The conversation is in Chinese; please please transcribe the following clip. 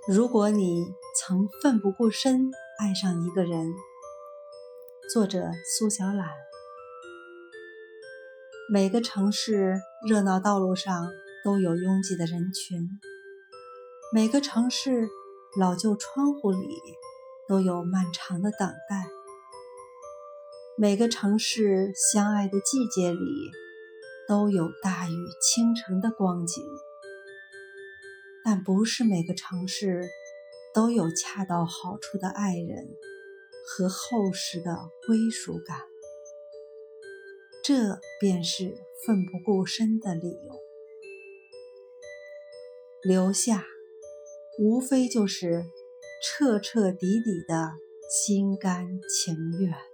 如果你曾奋不顾身爱上一个人。作者苏小懒。每个城市热闹道路上都有拥挤的人群，每个城市老旧窗户里都有漫长的等待，每个城市相爱的季节里都有大雨倾城的光景，但不是每个城市都有恰到好处的爱人和厚实的归属感。这便是奋不顾身的理由。留下，无非就是彻彻底底的心甘情愿。